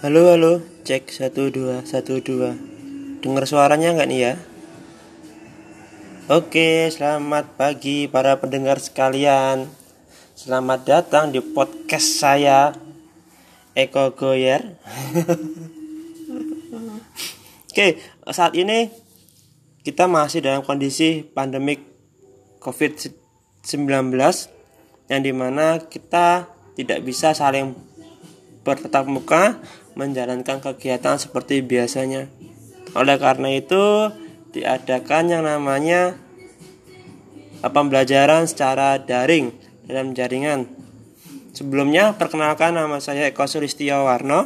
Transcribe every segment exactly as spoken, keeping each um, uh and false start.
Halo halo, cek satu dua satu dua. Dengar suaranya nggak nih ya? Oke, selamat pagi para pendengar sekalian. Selamat datang di podcast saya, Eko Goyer. Oke, saat ini kita masih dalam kondisi pandemik covid sembilan belas, yang dimana kita tidak bisa saling bertatap muka menjalankan kegiatan seperti biasanya. Oleh karena itu diadakan yang namanya pembelajaran secara daring dalam jaringan. Sebelumnya perkenalkan, nama saya Eko Sulistiawarno.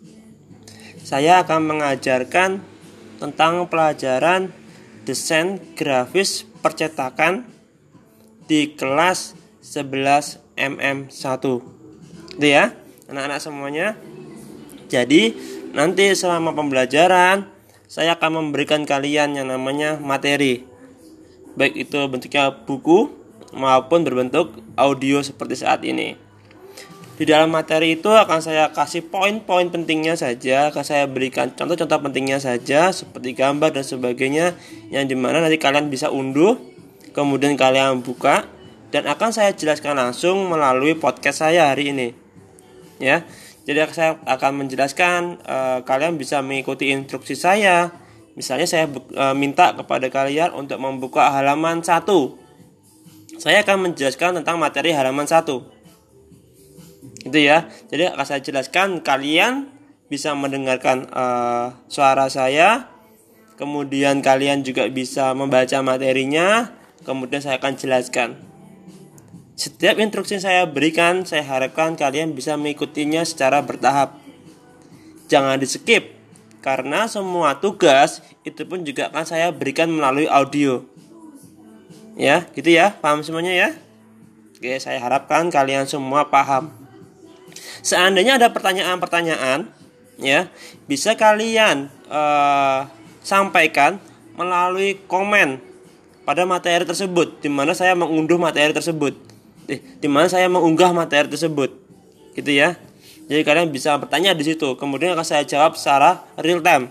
Saya akan mengajarkan tentang pelajaran desain grafis percetakan di kelas sebelas M M satu. Itu ya, anak-anak semuanya. Jadi nanti selama pembelajaran saya akan memberikan kalian yang namanya materi, baik itu bentuknya buku maupun berbentuk audio seperti saat ini. Di dalam materi itu akan saya kasih poin-poin pentingnya saja, akan saya berikan contoh-contoh pentingnya saja seperti gambar dan sebagainya, yang dimana nanti kalian bisa unduh, kemudian kalian buka, dan akan saya jelaskan langsung melalui podcast saya hari ini. Ya, jadi saya akan menjelaskan, eh, kalian bisa mengikuti instruksi saya. Misalnya saya eh, minta kepada kalian untuk membuka halaman satu. Saya akan menjelaskan tentang materi halaman satu. Itu ya. Jadi akan saya jelaskan, kalian bisa mendengarkan uh, suara saya, kemudian kalian juga bisa membaca materinya, kemudian saya akan jelaskan. Setiap instruksi saya berikan, saya harapkan kalian bisa mengikutinya secara bertahap. Jangan di-skip, karena semua tugas itu pun juga akan saya berikan melalui audio. Ya, gitu ya, paham semuanya ya? Oke, saya harapkan kalian semua paham. Seandainya ada pertanyaan-pertanyaan, ya, bisa kalian uh, sampaikan melalui komen pada materi tersebut, di mana saya mengunduh materi tersebut, eh, di mana saya mengunggah materi tersebut, gitu ya. Jadi kalian bisa bertanya di situ, kemudian akan saya jawab secara real time.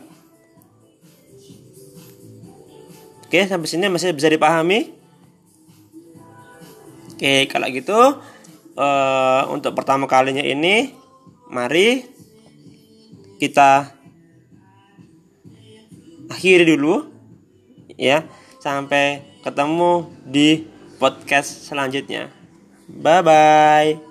Oke, sampai sini masih bisa dipahami? Oke, kalau gitu Uh, untuk pertama kalinya ini, mari kita akhiri dulu ya. Sampai ketemu di podcast selanjutnya. Bye bye.